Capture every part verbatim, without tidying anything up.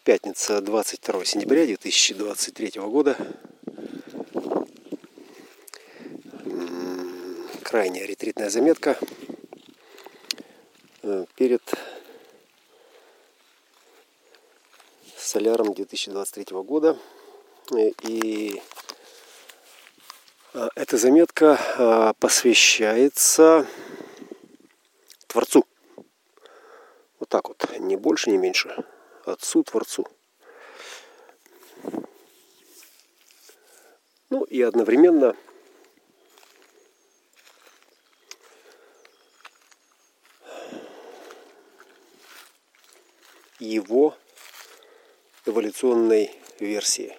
Пятница, двадцать второе сентября две тысячи двадцать третьего года. Крайняя ретритная заметка перед соляром две тысячи двадцать третьего года. И эта заметка посвящается Творцу. Вот так вот, не больше, не меньше. Отцу Творцу. Ну и одновременно его эволюционной версии.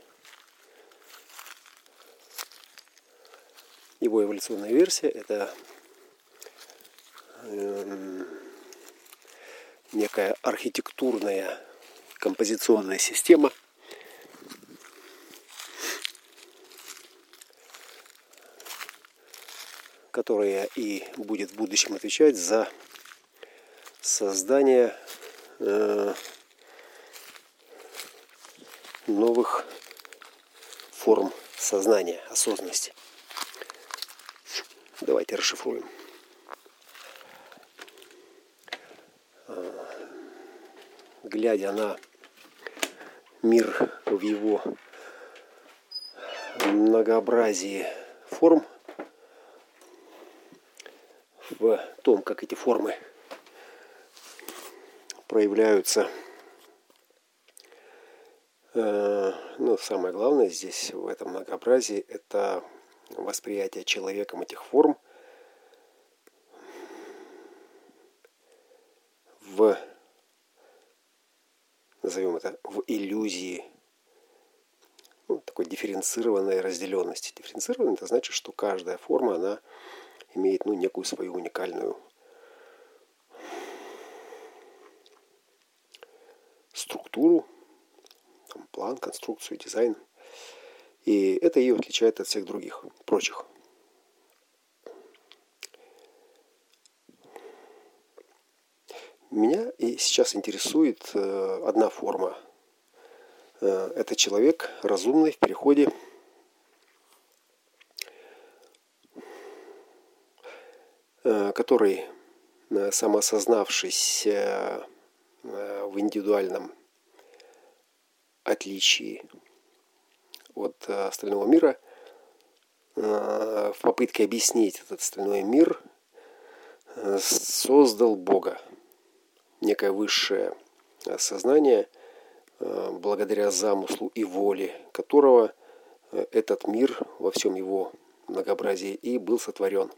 Его эволюционная версия — это э, некая архитектурная композиционная система, которая и будет в будущем отвечать за создание э, новых форм сознания, осознанности. Давайте расшифруем. Глядя на мир в его многообразии форм, в том, как эти формы проявляются, э, ну, самое главное здесь, в этом многообразии, это восприятие человеком этих форм в, назовем это, в иллюзии, ну, такой дифференцированной разделенности. Дифференцированная — это значит, что каждая форма, она имеет, ну, некую свою уникальную структуру, там, план, конструкцию, дизайн. И это ее отличает от всех других, прочих. Меня и сейчас интересует э, одна форма. Э, это человек разумный в переходе э, который, э, самоосознавшись э, э, в индивидуальном отличии от э, остального мира, э, в попытке объяснить этот остальной мир, э, создал Бога. Некое высшее сознание, благодаря замыслу и воле которого этот мир во всем его многообразии и был сотворен.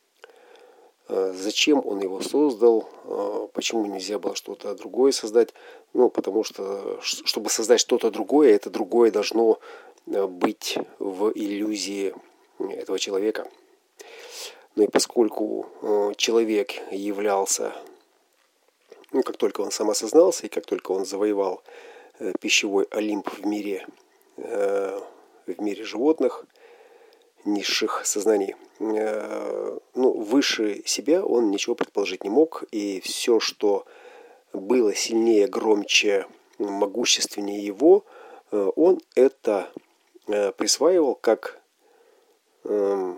Зачем он его создал? Почему нельзя было что-то другое создать? Ну, потому что, чтобы создать что-то другое, это другое должно быть в иллюзии этого человека. Ну и поскольку человек являлся, ну, как только он сам осознался и как только он завоевал э, пищевой Олимп в мире, э, в мире животных, низших сознаний, э, ну, выше себя он ничего предположить не мог, и все, что было сильнее, громче, могущественнее его, э, он это э, присваивал как э,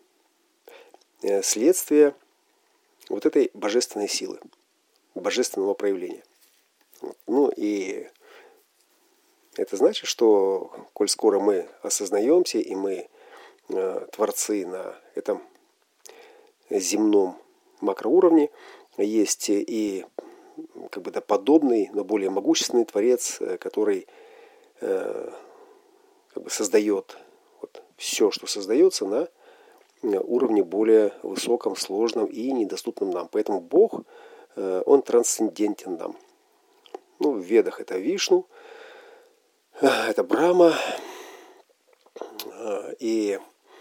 следствие вот этой божественной силы, божественного проявления. Ну и это значит, что коль скоро мы осознаемся и мы э, творцы на этом земном макроуровне, есть и как бы да, подобный, но более могущественный творец, который э, как бы создает вот все, что создается на уровне более высоком, сложном и недоступном нам. Поэтому Бог, он трансцендентен нам. Ну, в Ведах это Вишну, это Брахма и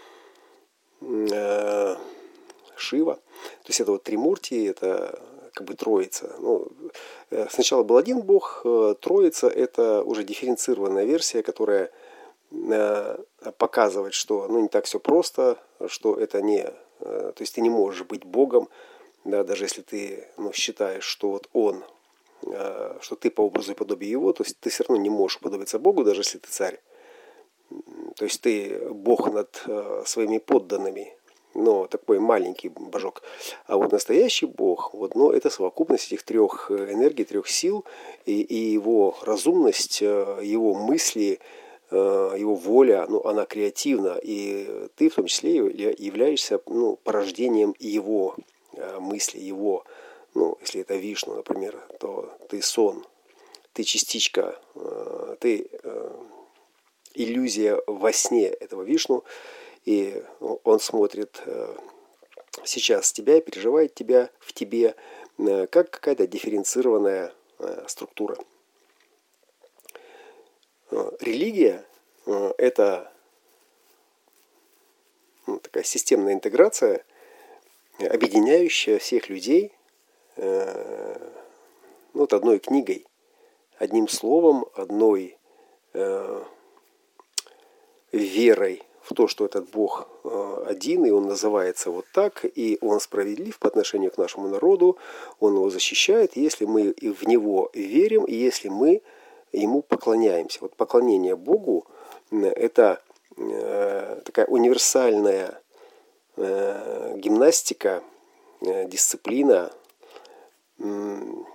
Шива. То есть это вот Тримурти, это как бы Троица. Ну, сначала был один Бог, Троица — это уже дифференцированная версия, которая показывает, что, ну, не так все просто, что это не... То есть ты не можешь быть Богом, да, даже если ты, ну, считаешь, что вот Он что ты по образу и подобию Его, то есть ты все равно не можешь уподобиться Богу, даже если ты царь. То есть ты Бог над своими подданными, но такой маленький божок. А вот настоящий Бог, вот, ну, это совокупность этих трех энергий, трех сил, и, и его разумность, его мысли, его воля, ну, она креативна, и ты в том числе являешься, ну, порождением его мысли, его, ну, если это Вишну, например, то ты сон, ты частичка, ты иллюзия во сне этого Вишну, и он смотрит сейчас тебя и переживает тебя в тебе как какая-то дифференцированная структура. Религия – это, ну, такая системная интеграция, объединяющая всех людей, ну, вот одной книгой, одним словом, одной верой в то, что этот Бог один, и Он называется вот так, и Он справедлив по отношению к нашему народу, Он его защищает, если мы в Него верим, и если мы Ему поклоняемся. Вот поклонение Богу – это такая универсальная гимнастика, дисциплина для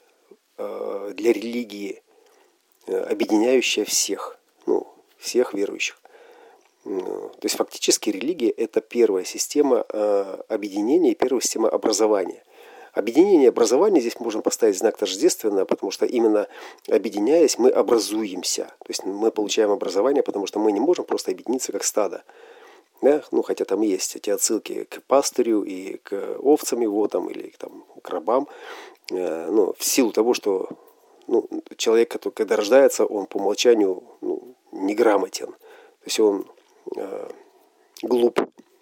религии, объединяющая всех, ну, всех верующих. То есть фактически религия – это первая система объединения, первая система образования. Объединение и образование здесь можно поставить знак тождественно, потому что именно объединяясь, мы образуемся. То есть мы получаем образование, потому что мы не можем просто объединиться как стадо. Да? Ну, хотя там есть эти отсылки к пастырю и к овцам его, там, или там, к рабам. Но в силу того, что, ну, человек, который, когда рождается, он по умолчанию, ну, неграмотен. То есть он э, глуп,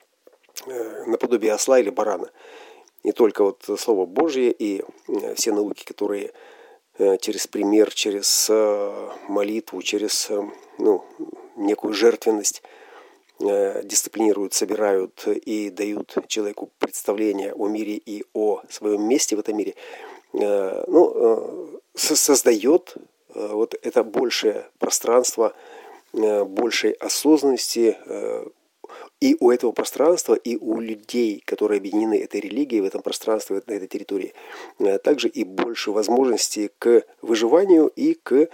э, наподобие осла или барана. И только вот Слово Божье и э, все науки, которые э, через пример, через э, молитву, через э, ну, некую жертвенность э, дисциплинируют, собирают и дают человеку представление о мире и о своем месте в этом мире, э, ну, э, создает э, вот это большее пространство, большей осознанности и у этого пространства, и у людей, которые объединены этой религией в этом пространстве, на этой территории, также и больше возможностей к выживанию и к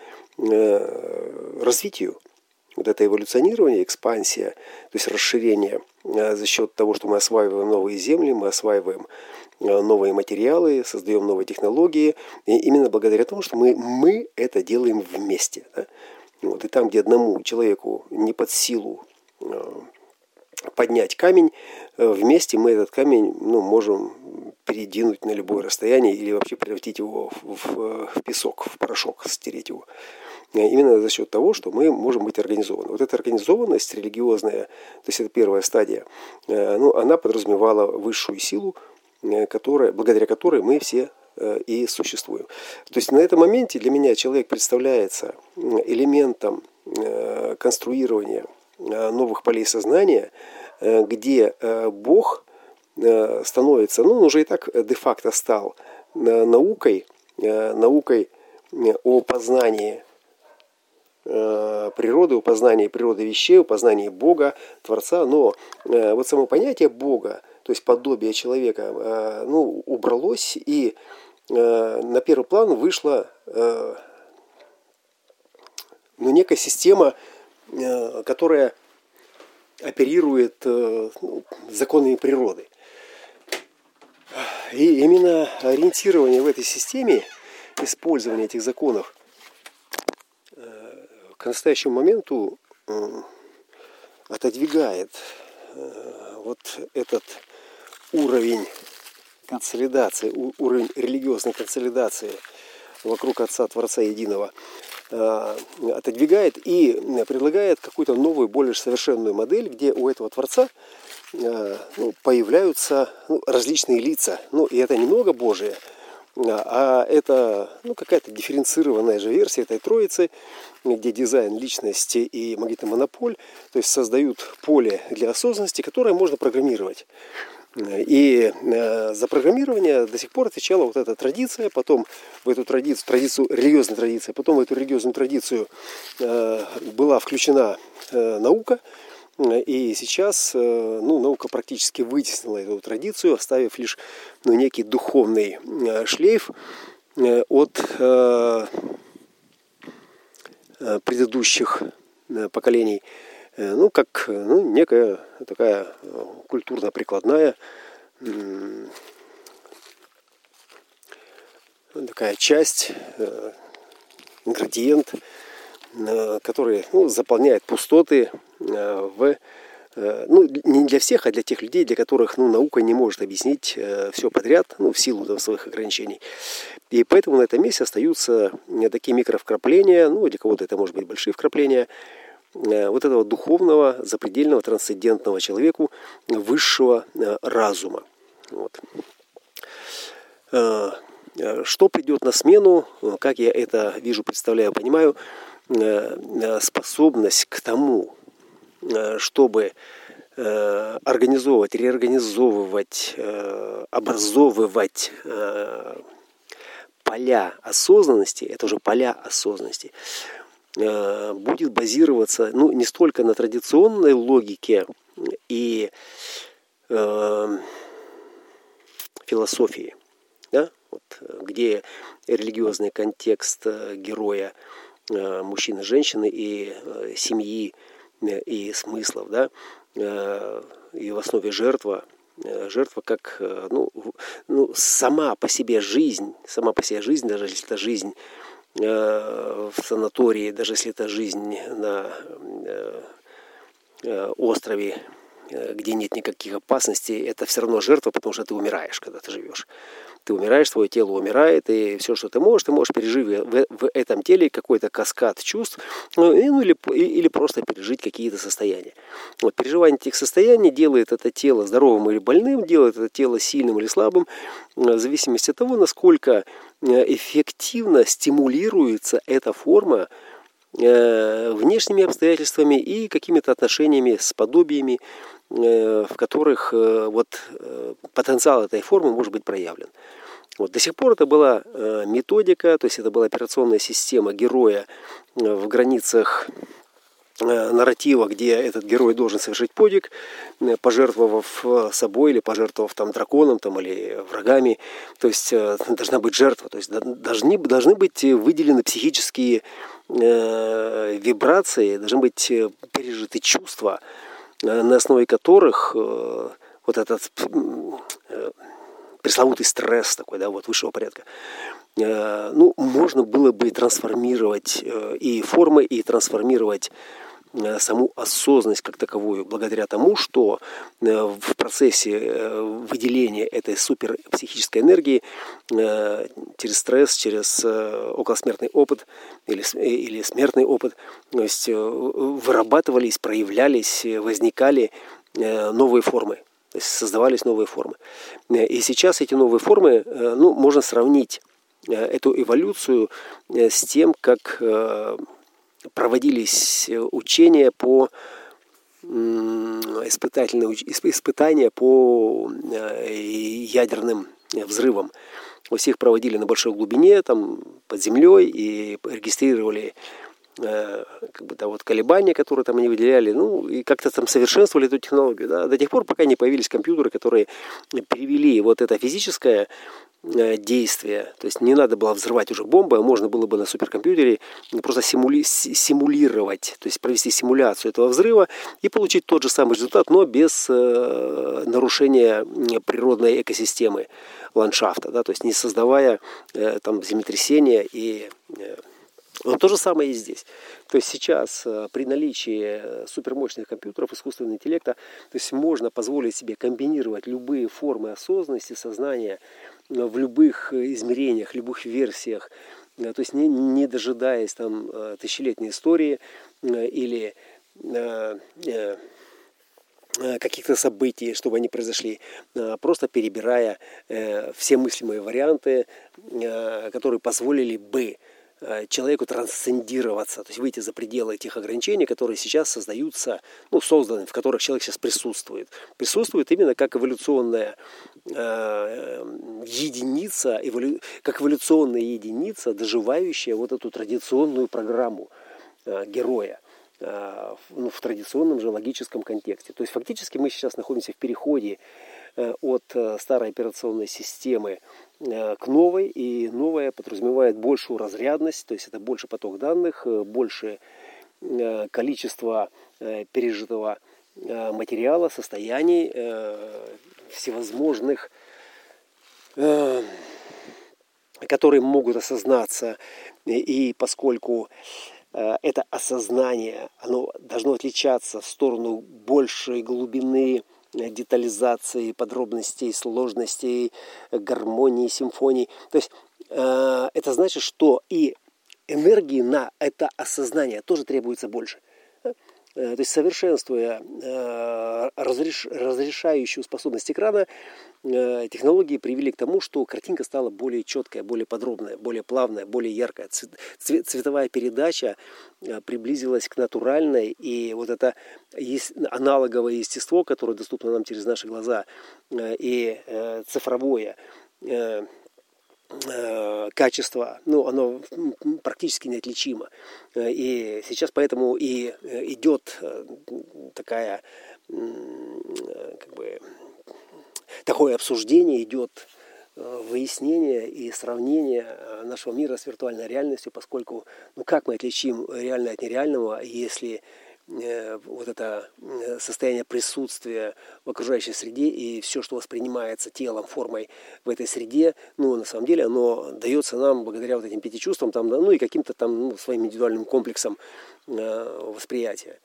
развитию. Вот это эволюционирование, экспансия, то есть расширение за счет того, что мы осваиваем новые земли, мы осваиваем новые материалы, создаем новые технологии, и именно благодаря тому, что мы, мы это делаем вместе. Да? Вот, и там, где одному человеку не под силу э, поднять камень, э, вместе мы этот камень, ну, можем передвинуть на любое расстояние или вообще превратить его в, в, в песок, в порошок, стереть его. Именно за счет того, что мы можем быть организованы. Вот эта организованность религиозная, то есть это первая стадия, э, ну, она подразумевала высшую силу, э, которая, благодаря которой мы все и существуем. То есть на этом моменте для меня человек представляется элементом конструирования новых полей сознания, где Бог становится, ну, он уже и так де-факто стал наукой, наукой о познании природы, о познании природы вещей, о познании Бога, Творца, но вот само понятие Бога, то есть подобие человека, ну, убралось, и на первый план вышла, ну, некая система, которая оперирует, ну, законами природы. И именно ориентирование в этой системе, использование этих законов к настоящему моменту отодвигает вот этот уровень консолидации, уровень религиозной консолидации вокруг Отца, Творца Единого, отодвигает и предлагает какую-то новую, более совершенную модель, где у этого Творца, ну, появляются, ну, различные лица. Ну, и это не много Божие, а это, ну, какая-то дифференцированная же версия этой троицы, где дизайн, личности и магнитный монополь, то есть создают поле для осознанности, которое можно программировать. И за программирование до сих пор отвечала вот эта традиция, потом в эту традицию, традицию религиозной традиции, потом в эту религиозную традицию была включена наука, и сейчас ну, наука практически вытеснила эту традицию, оставив лишь ну, некий духовный шлейф от предыдущих поколений. Ну, как ну, некая такая культурно-прикладная такая часть, ингредиент, который ну, заполняет пустоты в, ну, не для всех, а для тех людей, для которых ну, наука не может объяснить все подряд, ну, в силу там, своих ограничений. И поэтому на этом месте остаются такие микровкрапления, ну, для кого-то это может быть большие вкрапления, вот этого духовного, запредельного, трансцендентного человеку, высшего разума. Вот. Что придет на смену, как я это вижу, представляю, понимаю, способность к тому, чтобы организовывать, реорганизовывать, образовывать поля осознанности, это уже поля осознанности, будет базироваться ну, не столько на традиционной логике и э, философии, да? Вот, где религиозный контекст героя э, мужчины, женщины и э, семьи э, и смыслов, да? э, и в основе жертва, э, жертва как э, ну, ну, сама по себе жизнь, сама по себе жизнь, даже если это жизнь в санатории, даже если это жизнь на острове, где нет никаких опасностей, это все равно жертва, потому что ты умираешь, когда ты живешь. Ты умираешь, твое тело умирает, и все, что ты можешь, ты можешь пережить в, в этом теле какой-то каскад чувств, ну, или, или просто пережить какие-то состояния. Вот, переживание этих состояний делает это тело здоровым или больным, делает это тело сильным или слабым, в зависимости от того, насколько эффективно стимулируется эта форма внешними обстоятельствами и какими-то отношениями с подобиями, в которых вот потенциал этой формы может быть проявлен. Вот. До сих пор это была методика, то есть это была операционная система героя в границах нарратива, где этот герой должен совершить подвиг, пожертвовав собой или пожертвовав там драконом там, или врагами. То есть должна быть жертва, то есть должны, должны быть выделены психические э, вибрации, должны быть пережиты чувства, на основе которых э, вот этот э, пресловутый стресс такой, да, вот высшего порядка, э, ну, можно было бы трансформировать э, и формы, и трансформировать саму осознанность как таковую, благодаря тому, что в процессе выделения этой суперпсихической энергии через стресс, через околосмертный опыт или, или смертный опыт, то есть вырабатывались, проявлялись, возникали новые формы, то есть создавались новые формы. И сейчас эти новые формы, ну, можно сравнить эту эволюцию с тем, как проводились учения по испытательные испытания по ядерным взрывам. Все их проводили на большой глубине, там, под землей, и регистрировали как бы, да, вот, колебания, которые там они выделяли, ну, и как-то там совершенствовали эту технологию, да, до тех пор, пока не появились компьютеры, которые перевели вот это физическое действие, то есть не надо было взрывать уже бомбы, а можно было бы на суперкомпьютере просто симули... симулировать, то есть провести симуляцию этого взрыва и получить тот же самый результат, но без э, нарушения природной экосистемы ландшафта, да, то есть не создавая э, там землетрясения и э, но то же самое и здесь. То есть сейчас при наличии супермощных компьютеров, искусственного интеллекта, то есть можно позволить себе комбинировать любые формы осознанности, сознания в любых измерениях, любых версиях, то есть не, не дожидаясь там тысячелетней истории или каких-то событий, чтобы они произошли, просто перебирая все мыслимые варианты, которые позволили бы человеку трансцендироваться, то есть выйти за пределы тех ограничений, которые сейчас создаются, ну, созданы, в которых человек сейчас присутствует. Присутствует именно как эволюционная э, единица, эволю, как эволюционная единица, доживающая вот эту традиционную программу э, героя. Э, ну, в традиционном же логическом контексте. То есть фактически мы сейчас находимся в переходе э, от э, старой операционной системы к новой, и новая подразумевает большую разрядность, то есть это больше поток данных, больше количество пережитого материала, состояний, всевозможных, которые могут осознаться, и поскольку это осознание, оно должно отличаться в сторону большей глубины, детализации, подробностей, сложностей, гармонии, симфонии. То есть э, это значит, что и энергии на это осознание тоже требуется больше. Э, то есть совершенствуя э, разреш, разрешающую способность экрана, э, технологии привели к тому, что картинка стала более четкая, более подробная, более плавная, более яркая. Цвет, цвет, цветовая передача э, приблизилась к натуральной, и вот это есть аналоговое естество, которое доступно нам через наши глаза, э, и э, цифровое э, э, качество, ну, оно практически неотличимо. И сейчас поэтому и идет такая, как бы, такое обсуждение, идет выяснение и сравнение нашего мира с виртуальной реальностью, поскольку, ну, как мы отличим реальное от нереального, если вот это состояние присутствия в окружающей среде и все, что воспринимается телом, формой в этой среде, ну, на самом деле, оно дается нам благодаря вот этим пяти чувствам, там, ну, и каким-то там, ну, своим индивидуальным комплексом э, восприятия.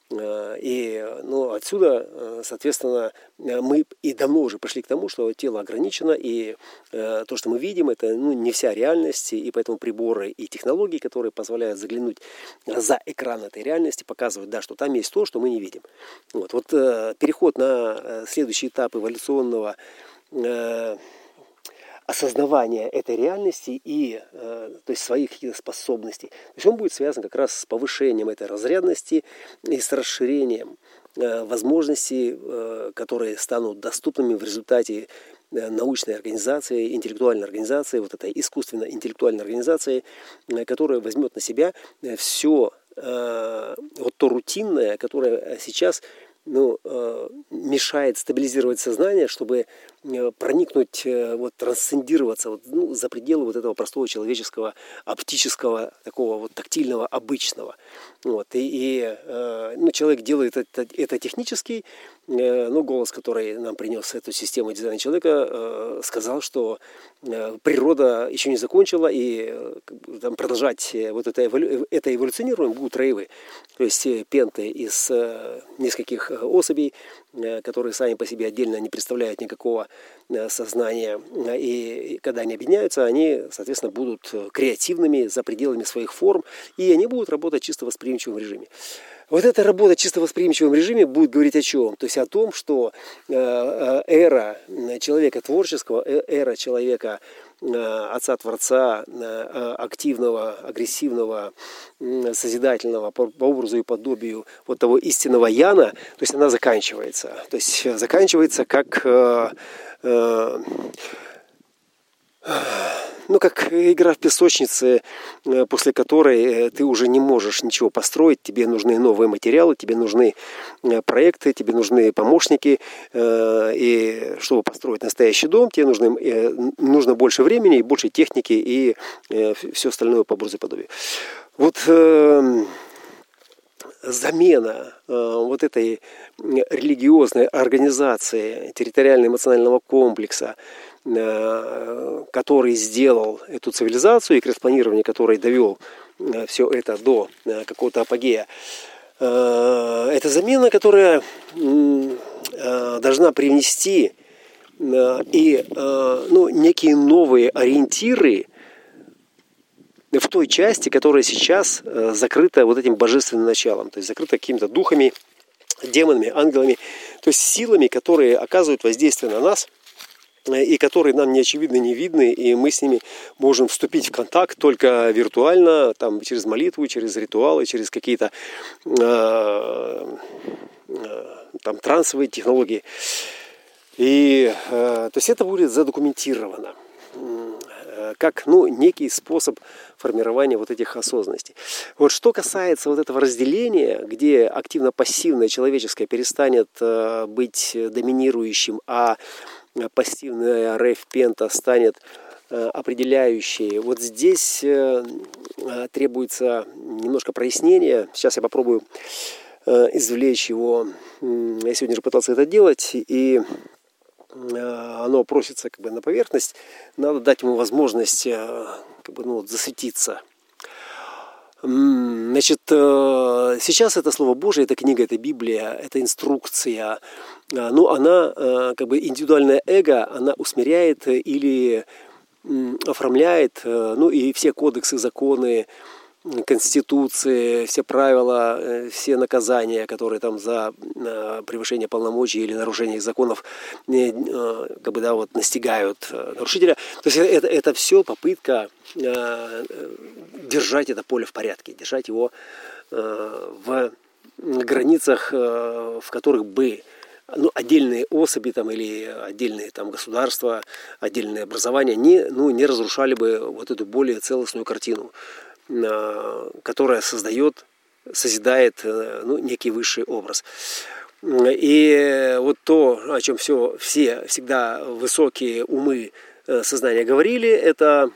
И, ну, отсюда, соответственно, мы и давно уже пришли к тому, что тело ограничено, и э, то, что мы видим, это, ну, не вся реальность, и поэтому приборы и технологии, которые позволяют заглянуть за экран этой реальности, показывают, да, что там есть то, что мы не видим. Вот, вот э, переход на следующий этап эволюционного э, осознавания этой реальности и э, то есть своих каких-то способностей. То есть он будет связан как раз с повышением этой разрядности и с расширением э, возможностей, э, которые станут доступными в результате э, научной организации, интеллектуальной организации, вот этой искусственно-интеллектуальной организации, э, которая возьмет на себя все э, вот то рутинное, которое сейчас, ну, э, мешает стабилизировать сознание, чтобы э, проникнуть, э, вот, трансцендироваться вот, ну, за пределы вот этого простого человеческого, оптического, такого вот тактильного, обычного. Вот. И, и э, ну, человек делает это, это технически, э, ну, голос, который нам принес эту систему дизайна человека, э, сказал, что э, природа еще не закончила, и э, там, продолжать вот это, эволю, это эволюционирование будут рейвы, то есть э, пенты из э, нескольких особей, которые сами по себе отдельно не представляют никакого сознания. И когда они объединяются, они, соответственно, будут креативными за пределами своих форм, и они будут работать чисто в восприимчивом режиме. Вот эта работа в чисто восприимчивом режиме будет говорить о чем? То есть о том, что эра человека творческого, эра человека отца-творца, активного, агрессивного, созидательного по образу и подобию вот того истинного Яна, то есть она заканчивается. То есть заканчивается как... Ну, как игра в песочнице, после которой ты уже не можешь ничего построить, тебе нужны новые материалы, тебе нужны проекты, тебе нужны помощники, и чтобы построить настоящий дом, тебе нужны, нужно больше времени, и больше техники, и все остальное по образу и подобию. Вот замена вот этой религиозной организации территориально-эмоционального комплекса, который сделал эту цивилизацию, и крестпланирование, который довел все это до какого-то апогея, это замена, которая должна привнести и, ну, некие новые ориентиры в той части, которая сейчас закрыта вот этим божественным началом, то есть закрыта какими-то духами, демонами, ангелами, то есть силами, которые оказывают воздействие на нас и которые нам не очевидны, не видны, и мы с ними можем вступить в контакт только виртуально, там, через молитву, через ритуалы, через какие-то э, э, там, трансовые технологии. И, э, то есть это будет задокументировано как, ну, некий способ формирования вот этих осознанностей. Вот что касается вот этого разделения, где активно-пассивное человеческое перестанет э, быть доминирующим, а пассивная рейв-пента станет э, определяющей, вот здесь э, требуется немножко прояснения. Сейчас я попробую э, извлечь его. Я сегодня же пытался это делать, и оно просится как бы на поверхность, надо дать ему возможность как бы, ну, засветиться. Значит, сейчас это Слово Божие, это книга, это Библия, это инструкция. Ну, она, как бы индивидуальное эго, она усмиряет или оформляет, ну, и все кодексы, законы, конституции, все правила, все наказания, которые там за превышение полномочий или нарушение их законов как бы, да, вот, настигают нарушителя. То есть это, это все попытка держать это поле в порядке, держать его в границах, в которых бы, ну, отдельные особи там, или отдельные там, государства, отдельные образования не, ну, не разрушали бы вот эту более целостную картину, которая создает, созидает, ну, некий высший образ. И вот то, о чем все, все всегда высокие умы сознания говорили, это,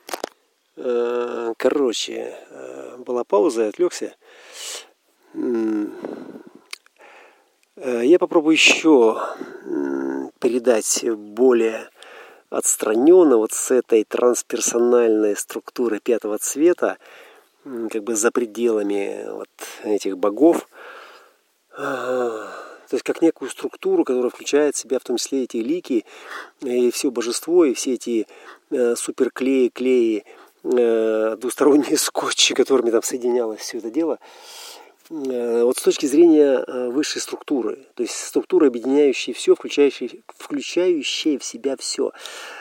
короче, была пауза, я отвлекся. Я попробую еще передать более отстраненно вот с этой трансперсональной структуры пятого цвета, как бы за пределами вот этих богов, то есть как некую структуру, которая включает в себя в том числе эти лики, и все божество, и все эти суперклеи, клеи, двусторонние скотчи, которыми там соединялось все это дело. Вот с точки зрения высшей структуры, то есть структуры, объединяющей все, включающей, включающей в себя все.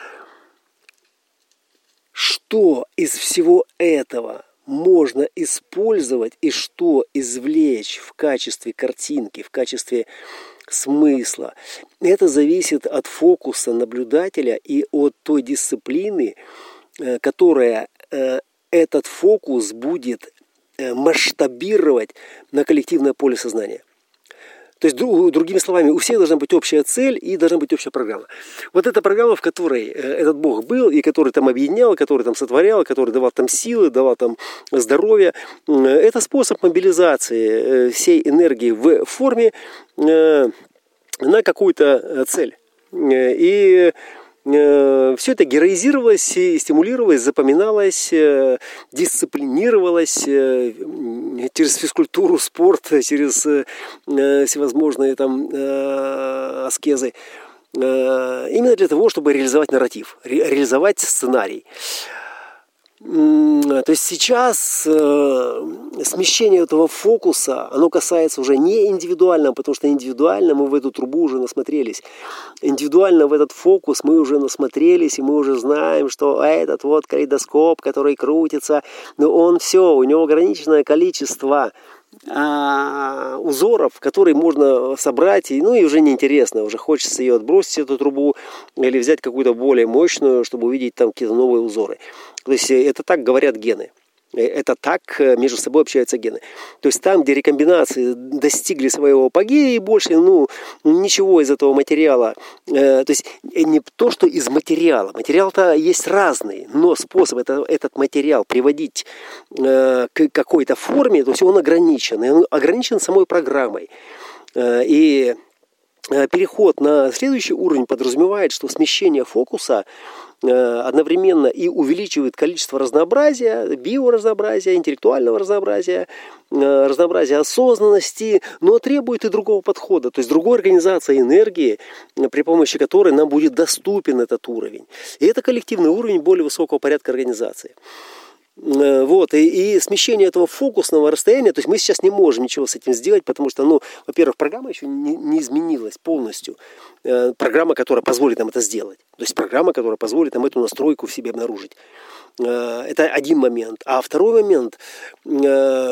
Что из всего этого можно использовать и что извлечь в качестве картинки, в качестве смысла, это зависит от фокуса наблюдателя и от той дисциплины, которая этот фокус будет масштабировать на коллективное поле сознания. То есть, другими словами, у всех должна быть общая цель и должна быть общая программа. Вот эта программа, в которой этот Бог был, и который там объединял, который там сотворял, который давал там силы, давал там здоровье, это способ мобилизации всей энергии в форме на какую-то цель. И все это героизировалось, стимулировалось, запоминалось, дисциплинировалось через физкультуру, спорт, через всевозможные там аскезы. Именно для того, чтобы реализовать нарратив, реализовать сценарий. То есть сейчас э, смещение этого фокуса, оно касается уже не индивидуального, потому что индивидуально мы в эту трубу уже насмотрелись. Индивидуально в этот фокус мы уже насмотрелись, и мы уже знаем, что этот вот калейдоскоп, который крутится, но он все, у него ограниченное количество а, узоров, которые можно собрать, и, ну и уже неинтересно, уже хочется ее отбросить, эту трубу, или взять какую-то более мощную, чтобы увидеть там какие-то новые узоры. То есть это так говорят гены. Это так между собой общаются гены. То есть там, где рекомбинации достигли своего апогея и больше, ну, ничего из этого материала, э, то есть не то, что из материала. Материал-то есть разный, но способ это, этот материал приводить э, к какой-то форме, то есть он ограничен. И он ограничен самой программой. Э, и переход на следующий уровень подразумевает, что смещение фокуса одновременно и увеличивает количество разнообразия, биоразнообразия, интеллектуального разнообразия, разнообразия осознанности, но требует и другого подхода, то есть другой организации энергии, при помощи которой нам будет доступен этот уровень. И это коллективный уровень более высокого порядка организации. Вот, и, и смещение этого фокусного расстояния, то есть мы сейчас не можем ничего с этим сделать, потому что, ну, во-первых, программа еще не, не изменилась полностью. Э, программа, которая позволит нам это сделать. То есть программа, которая позволит нам эту настройку в себе обнаружить. Э, это один момент. А второй момент, э,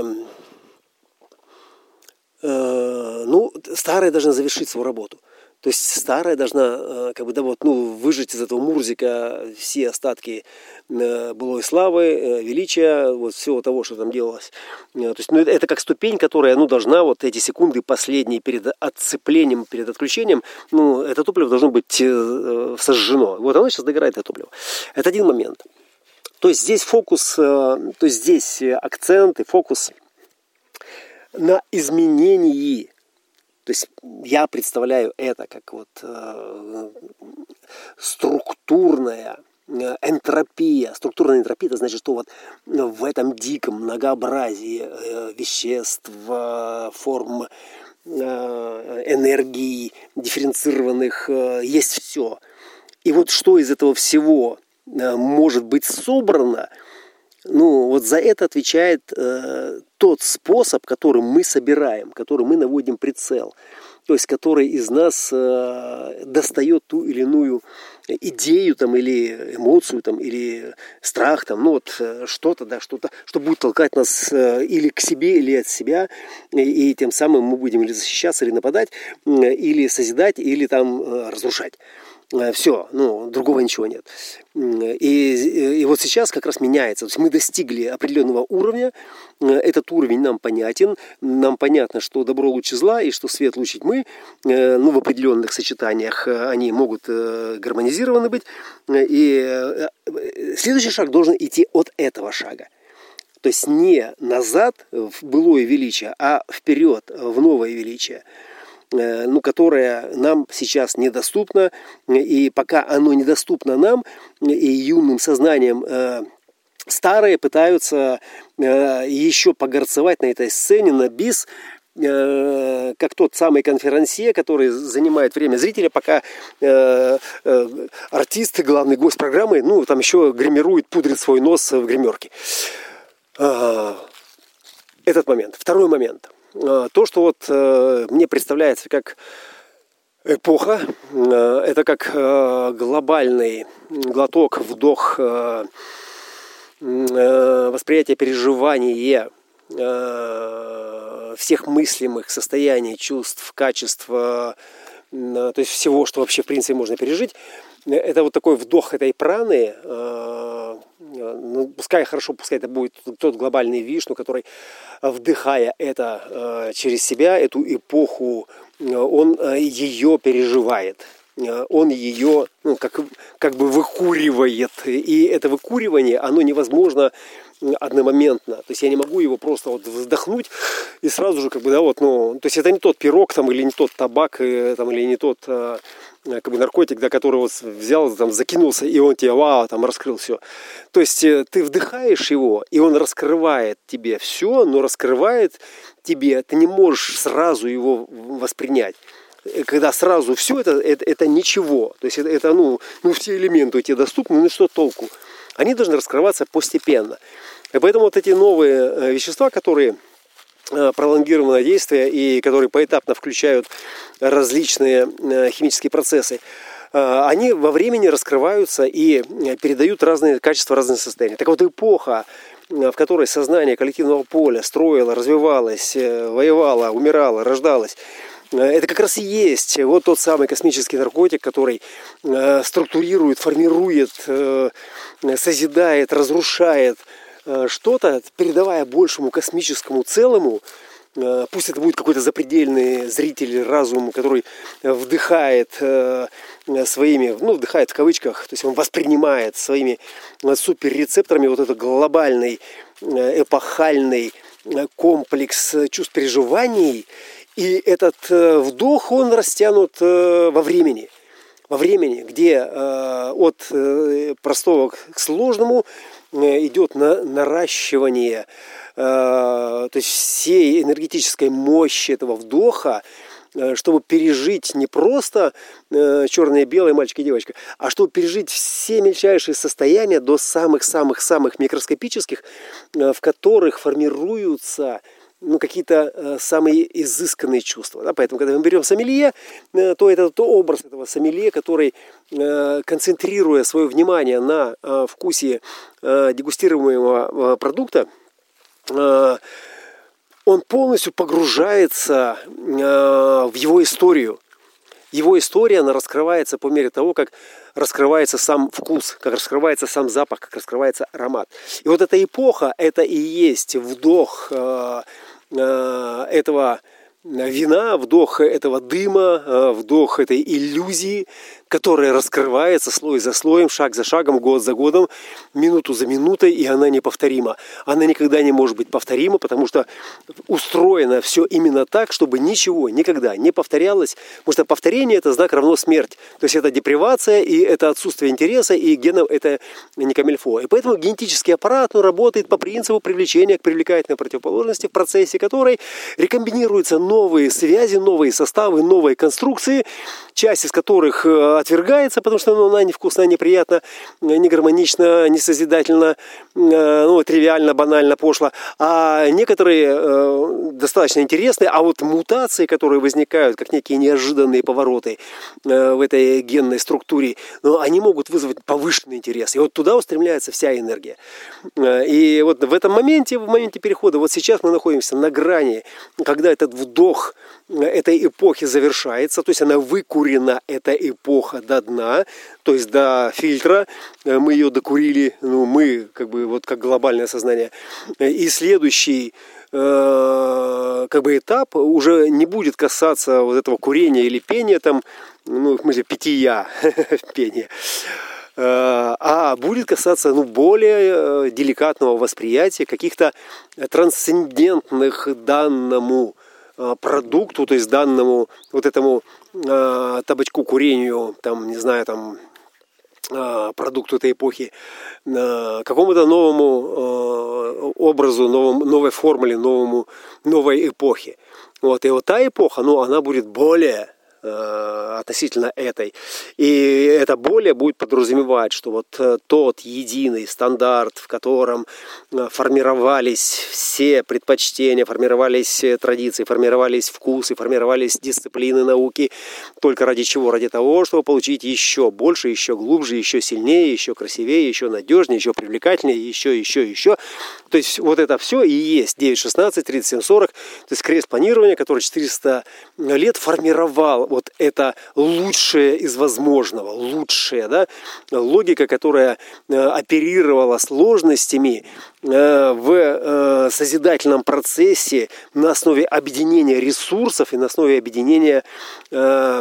э, ну, старая должна завершить свою работу. То есть старая должна, как бы, да, вот, ну, выжать из этого Мурзика все остатки былой славы, величия, вот всего того, что там делалось. То есть, ну, это как ступень, которая, ну, должна вот эти секунды последние перед отцеплением, перед отключением, ну, это топливо должно быть сожжено. Вот оно сейчас догорает, это топливо. Это один момент. То есть здесь фокус, то есть здесь акцент и фокус на изменении. То есть я представляю это как вот э, структурная э, энтропия. Структурная энтропия, это значит, что вот в этом диком многообразии э, веществ, э, форм, э, энергии, дифференцированных, э, есть все. И вот что из этого всего э, может быть собрано, ну, вот за это отвечает э, тот способ, которым мы собираем, которым мы наводим прицел. То есть, который из нас э, достает ту или иную идею там, или эмоцию, там, или страх, там, ну, вот, что-то, да, что-то, что будет толкать нас э, или к себе, или от себя, и, и тем самым мы будем или защищаться, или нападать, э, или созидать, или там э, разрушать. Все, ну, другого ничего нет. И, и вот сейчас как раз меняется. То есть мы достигли определенного уровня, этот уровень нам понятен, нам понятно, что добро лучше зла, и что свет лучше тьмы, ну, в определенных сочетаниях они могут гармонизированы быть, и следующий шаг должен идти от этого шага. То есть не назад в былое величие, а вперед в новое величие, ну, которое нам сейчас недоступно, и пока оно недоступно нам и юным сознанием, старые пытаются еще погорцевать на этой сцене на бис, как тот самый конферансье, который занимает время зрителя, пока артист, главный гость программы, ну, там еще гримирует, пудрит свой нос в гримерке. Этот момент. Второй момент. То, что вот э, мне представляется как эпоха, э, это как э, глобальный глоток, вдох, э, э, восприятие, переживание э, всех мыслимых состояний, чувств, качеств, э, то есть всего, что вообще в принципе можно пережить. Это вот такой вдох этой праны, э, ну, пускай хорошо, пускай это будет тот глобальный вишну, который, вдыхая это э, через себя, эту эпоху, он э, ее переживает, он ее, ну, как, как бы выкуривает, и это выкуривание, оно невозможно одномоментно, то есть я не могу его просто вот вздохнуть и сразу же, как бы, да, вот, ну, то есть это не тот пирог там, или не тот табак там, или не тот э, как бы наркотик, да, который вот взял, там, закинулся, и он тебе, вау, там, раскрыл все. То есть ты вдыхаешь его, и он раскрывает тебе все, но раскрывает тебе, ты не можешь сразу его воспринять. Когда сразу все это, это, это ничего. То есть это, это ну, ну, все элементы тебе доступны, ну что толку? Они должны раскрываться постепенно. И поэтому вот эти новые вещества, которые пролонгированное действие и которые поэтапно включают различные химические процессы, они во времени раскрываются и передают разные качества, разные состояния. Так вот, эпоха, в которой сознание коллективного поля строило, развивалось, воевало, умирало, рождалось, это как раз и есть вот тот самый космический наркотик, который структурирует, формирует, созидает, разрушает что-то, передавая большему космическому целому. Пусть это будет какой-то запредельный зритель, разум, который вдыхает своими, ну, вдыхает в кавычках, то есть он воспринимает своими суперрецепторами вот этот глобальный, эпохальный комплекс чувств, переживаний. И этот вдох, он растянут во времени. Во времени, где от простого к сложному идет на наращивание, то есть всей энергетической мощи этого вдоха, чтобы пережить не просто черное и белое, мальчик и девочка, а чтобы пережить все мельчайшие состояния до самых-самых-самых микроскопических, в которых формируются ну, какие-то э, самые изысканные чувства. Да? Поэтому, когда мы берем сомелье, э, то это то образ этого сомелье, который, э, концентрируя свое внимание на э, вкусе э, дегустируемого э, продукта, э, он полностью погружается э, в его историю. Его история, она раскрывается по мере того, как раскрывается сам вкус, как раскрывается сам запах, как раскрывается аромат. И вот эта эпоха, это и есть вдох э, э, этого вина, вдох этого дыма, э, вдох этой иллюзии, которая раскрывается слой за слоем, шаг за шагом, год за годом, минуту за минутой, и она неповторима. Она никогда не может быть повторима, потому что устроено все именно так, чтобы ничего никогда не повторялось, потому что повторение – это знак равно смерть. То есть это депривация, и это отсутствие интереса, и генов – это не камильфо. И поэтому генетический аппарат ну, работает по принципу привлечения к привлекательной противоположности, в процессе которой рекомбинируются новые связи, новые составы, новые конструкции, часть из которых отвергается, потому что ну, она невкусная, неприятна, не гармонична, не созидательна, ну, тривиально, банально, пошло. А некоторые э, достаточно интересные, а вот мутации, которые возникают, как некие неожиданные повороты э, в этой генной структуре, ну, они могут вызвать повышенный интерес. И вот туда устремляется вся энергия. И вот в этом моменте, в моменте перехода, вот сейчас мы находимся на грани, когда этот вдох этой эпохи завершается, то есть она выкурена, эта эпоха, до дна, то есть до фильтра, мы ее докурили, ну, мы, как бы, вот как глобальное сознание. И следующий э, как бы этап уже не будет касаться вот этого курения или пения, там, ну, в смысле, питья, пения, а будет касаться ну, более деликатного восприятия каких-то трансцендентных данному продукту, то есть данному вот этому э, табачку, курению, там, не знаю, там, э, продукту этой эпохи, э, какому-то новому э, образу, новому, новой формуле, новому, новой эпохе. Вот, и вот та эпоха, ну, она будет более относительно этой. И это более будет подразумевать, что вот тот единый стандарт, в котором формировались все предпочтения, формировались традиции, формировались вкусы, формировались дисциплины науки, только ради чего? Ради того, чтобы получить еще больше, еще глубже, еще сильнее, еще красивее, еще надежнее, еще привлекательнее, еще, еще, еще. То есть вот это все и есть девять шестнадцать тридцать семь сорок, то есть крест планирования, который четыреста лет формировал вот это лучшее из возможного, лучшее, да, логика, которая э, оперировала сложностями э, в э, созидательном процессе на основе объединения ресурсов и на основе объединения э,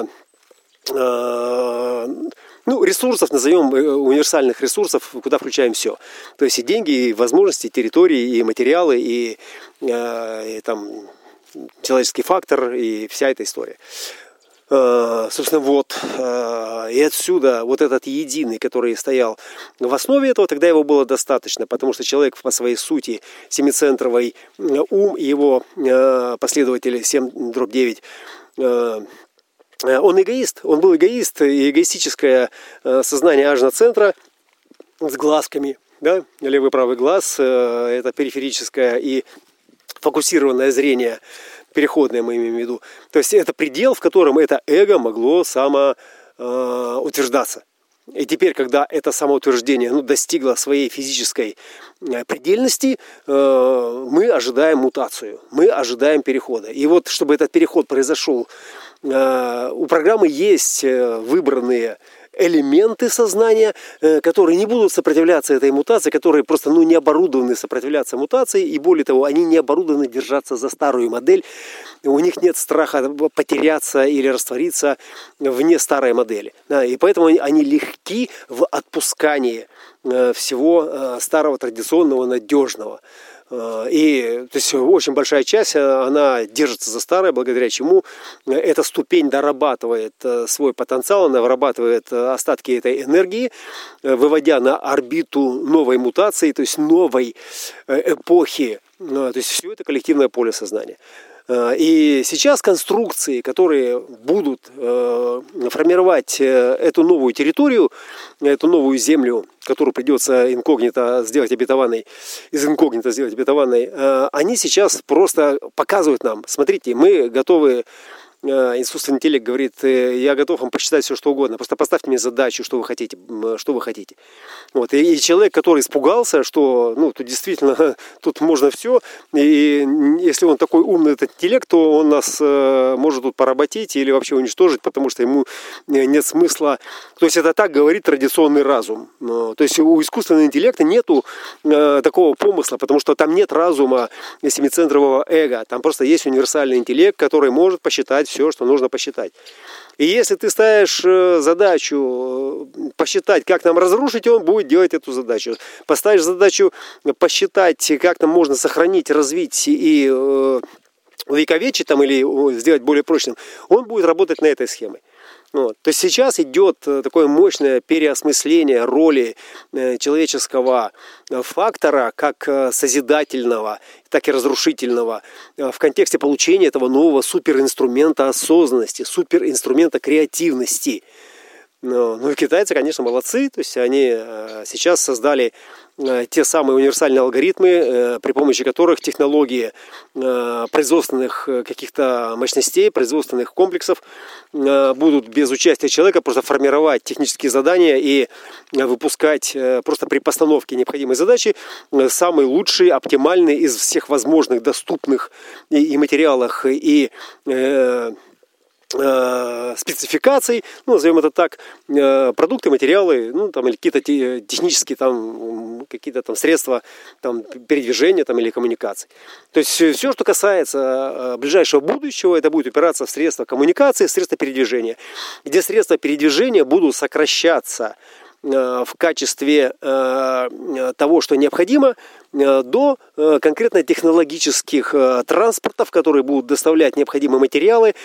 э, ну, ресурсов, назовем универсальных ресурсов, куда включаем все. То есть и деньги, и возможности, и территории, и материалы, и, э, и там, человеческий фактор, и вся эта история. Собственно, вот, и отсюда вот этот единый, который стоял в основе этого, тогда его было достаточно, потому что человек по своей сути семицентровый ум и его последователи семь дробь девять, он эгоист, он был эгоист, и эгоистическое сознание ажно-центра с глазками, да, левый правый глаз, это периферическое и фокусированное зрение, переходное мы имеем в виду. То есть это предел, в котором это эго могло самоутверждаться. И теперь, когда это самоутверждение ну, достигло своей физической предельности, мы ожидаем мутацию, мы ожидаем перехода. И вот, чтобы этот переход произошел, у программы есть выбранные элементы сознания, которые не будут сопротивляться этой мутации, которые просто ну, не оборудованы сопротивляться мутации, и более того, они не оборудованы держаться за старую модель, у них нет страха потеряться или раствориться вне старой модели. Да, и поэтому они легки в отпускании всего старого, традиционного, надежного. И то есть очень большая часть, она держится за старое, благодаря чему эта ступень дорабатывает свой потенциал, она вырабатывает остатки этой энергии, выводя на орбиту новой мутации, то есть новой эпохи. То есть все это коллективное поле сознания. И сейчас конструкции, которые будут формировать эту новую территорию, эту новую землю, которую придется инкогнито сделать обетованной, из инкогнито сделать обетованной, они сейчас просто показывают нам: смотрите, мы готовы. Искусственный интеллект говорит: я готов вам посчитать все, что угодно, просто поставьте мне задачу, что вы хотите, что вы хотите. Вот. И, и человек, который испугался, что ну, тут действительно тут можно все, и если он такой умный, этот интеллект, то он нас э, может тут поработить или вообще уничтожить, потому что ему нет смысла. То есть это так говорит традиционный разум. То есть у искусственного интеллекта нету э, такого помысла, потому что там нет разума семицентрового эго, там просто есть универсальный интеллект, который может посчитать все, что нужно посчитать. И если ты ставишь задачу посчитать, как нам разрушить, он будет делать эту задачу. Поставишь задачу посчитать, как нам можно сохранить, развить и увековечить там, или сделать более прочным, он будет работать на этой схеме. Вот. То есть сейчас идет такое мощное переосмысление роли человеческого фактора как созидательного, так и разрушительного в контексте получения этого нового суперинструмента осознанности, суперинструмента креативности. Ну и китайцы, конечно, молодцы, то есть они сейчас создали те самые универсальные алгоритмы, при помощи которых технологии производственных каких-то мощностей, производственных комплексов будут без участия человека просто формировать технические задания и выпускать просто при постановке необходимой задачи самый лучший, оптимальный из всех возможных доступных и материалах, и спецификаций, ну, назовем это так, продукты, материалы, ну, там, или какие-то технические там, какие-то там средства там, передвижения там, или коммуникаций. То есть все, что касается ближайшего будущего, это будет упираться в средства коммуникации, в средства передвижения, где средства передвижения будут сокращаться в качестве того, что необходимо, до конкретно технологических транспортов, которые будут доставлять необходимые материалы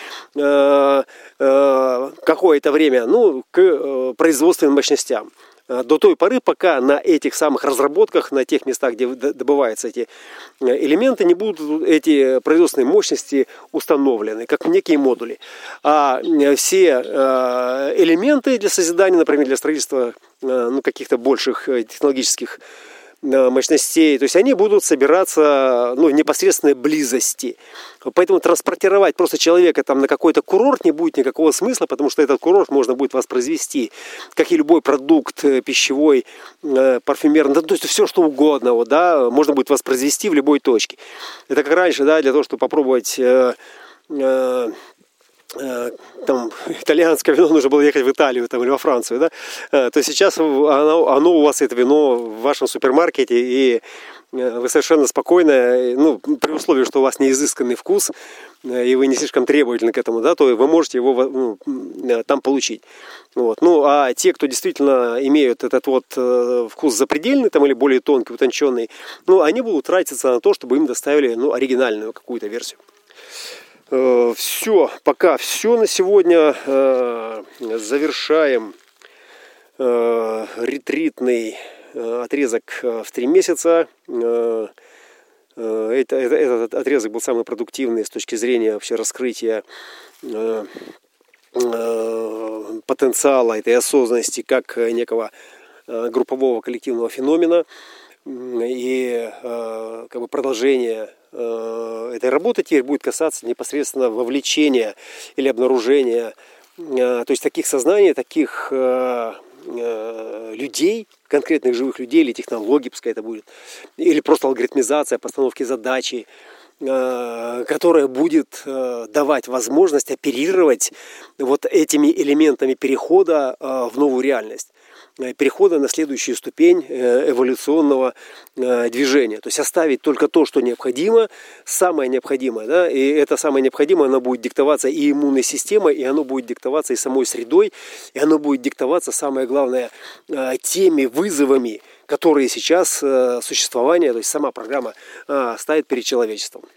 какое-то время, ну, к производственным мощностям. До той поры, пока на этих самых разработках, на тех местах, где добываются эти элементы, не будут эти производственные мощности установлены, как некие модули. А все элементы для созидания, например, для строительства ну, каких-то больших технологических мощностей, то есть они будут собираться ну, в непосредственной близости. Поэтому транспортировать просто человека там, на какой-то курорт не будет никакого смысла, потому что этот курорт можно будет воспроизвести, как и любой продукт пищевой, парфюмерный, да, то есть все что угодно, вот, да, можно будет воспроизвести в любой точке. Это как раньше, да, для того, чтобы попробовать э, э, там, итальянское вино, нужно было ехать в Италию там, или во Францию, да? То сейчас оно, оно у вас, это вино, в вашем супермаркете, и вы совершенно спокойно, ну, при условии, что у вас не изысканный вкус, и вы не слишком требовательны к этому, да, то вы можете его ну, там получить. Вот. Ну, а те, кто действительно имеют этот вот вкус запредельный там, или более тонкий, утонченный, ну, они будут тратиться на то, чтобы им доставили ну, оригинальную какую-то версию. Все, пока все на сегодня. Завершаем ретритный отрезок в три месяца. Это, это, этот отрезок был самый продуктивный с точки зрения вообще раскрытия потенциала этой осознанности как некого группового коллективного феномена. И как бы продолжение этой работы теперь будет касаться непосредственно вовлечения или обнаружения, то есть таких сознаний, таких людей, конкретных живых людей или технологий, пускай это будет, или просто алгоритмизация постановки задачи, которая будет давать возможность оперировать вот этими элементами перехода в новую реальность, перехода на следующую ступень эволюционного движения. То есть оставить только то, что необходимо, самое необходимое. Да? И это самое необходимое, оно будет диктоваться и иммунной системой, и оно будет диктоваться и самой средой, и оно будет диктоваться, самое главное, теми вызовами, которые сейчас существование, то есть сама программа ставит перед человечеством.